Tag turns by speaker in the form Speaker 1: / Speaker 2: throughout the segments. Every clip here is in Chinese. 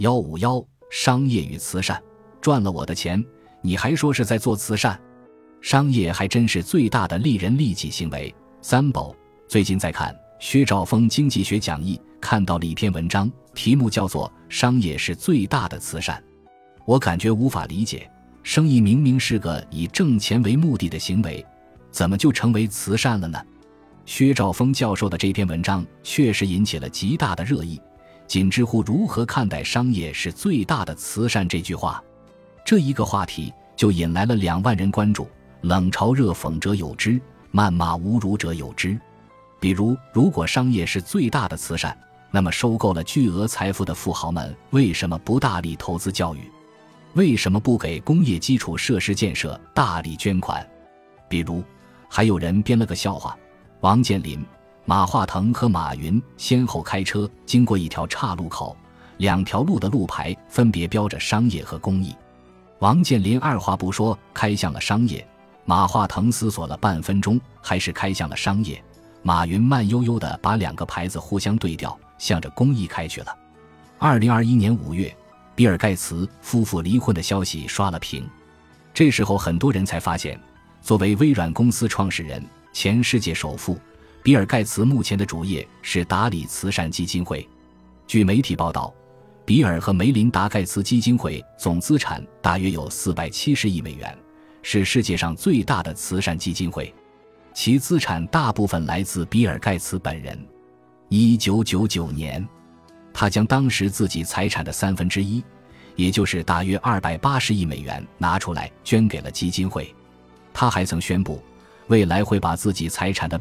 Speaker 1: 151商业与慈善，赚了我的钱，你还说是在做慈善？商业还真是最大的利人利己行为。三宝最近在看薛兆丰经济学讲义，看到了一篇文章，题目叫做《商业是最大的慈善》。我感觉无法理解，生意明明是个以挣钱为目的的行为，怎么就成为慈善了呢？薛兆丰教授的这篇文章确实引起了极大的热议，仅知乎如何看待商业是最大的慈善这句话。这一个话题就引来了2万人关注，冷嘲热讽者有之，谩骂侮辱者有之。比如，如果商业是最大的慈善，那么收购了巨额财富的富豪们为什么不大力投资教育？为什么不给工业基础设施建设大力捐款？比如，还有人编了个笑话，王健林、马化腾和马云先后开车经过一条岔路口，2条路的路牌分别标着商业和公益。王健林二话不说开向了商业，马化腾思索了半分钟还是开向了商业，马云慢悠悠地把2个牌子互相对调，向着公益开去了。2021年5月，比尔盖茨夫妇离婚的消息刷了屏。这时候很多人才发现，作为微软公司创始人、前世界首富，比尔盖茨目前的主业是打理慈善基金会。据媒体报道，比尔和梅琳达盖茨基金会总资产大约有470亿美元，是世界上最大的慈善基金会。其资产大部分来自比尔盖茨本人。1999年，他将当时自己财产的1/3，也就是大约280亿美元拿出来捐给了基金会。他还曾宣布，未来会把自己财产的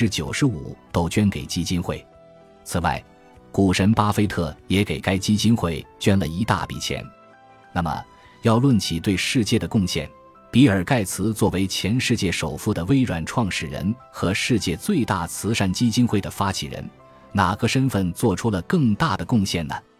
Speaker 1: 95%都捐给基金会。此外，股神巴菲特也给该基金会捐了一大笔钱。那么，要论起对世界的贡献，比尔盖茨作为前世界首富的微软创始人和世界最大慈善基金会的发起人，哪个身份做出了更大的贡献呢？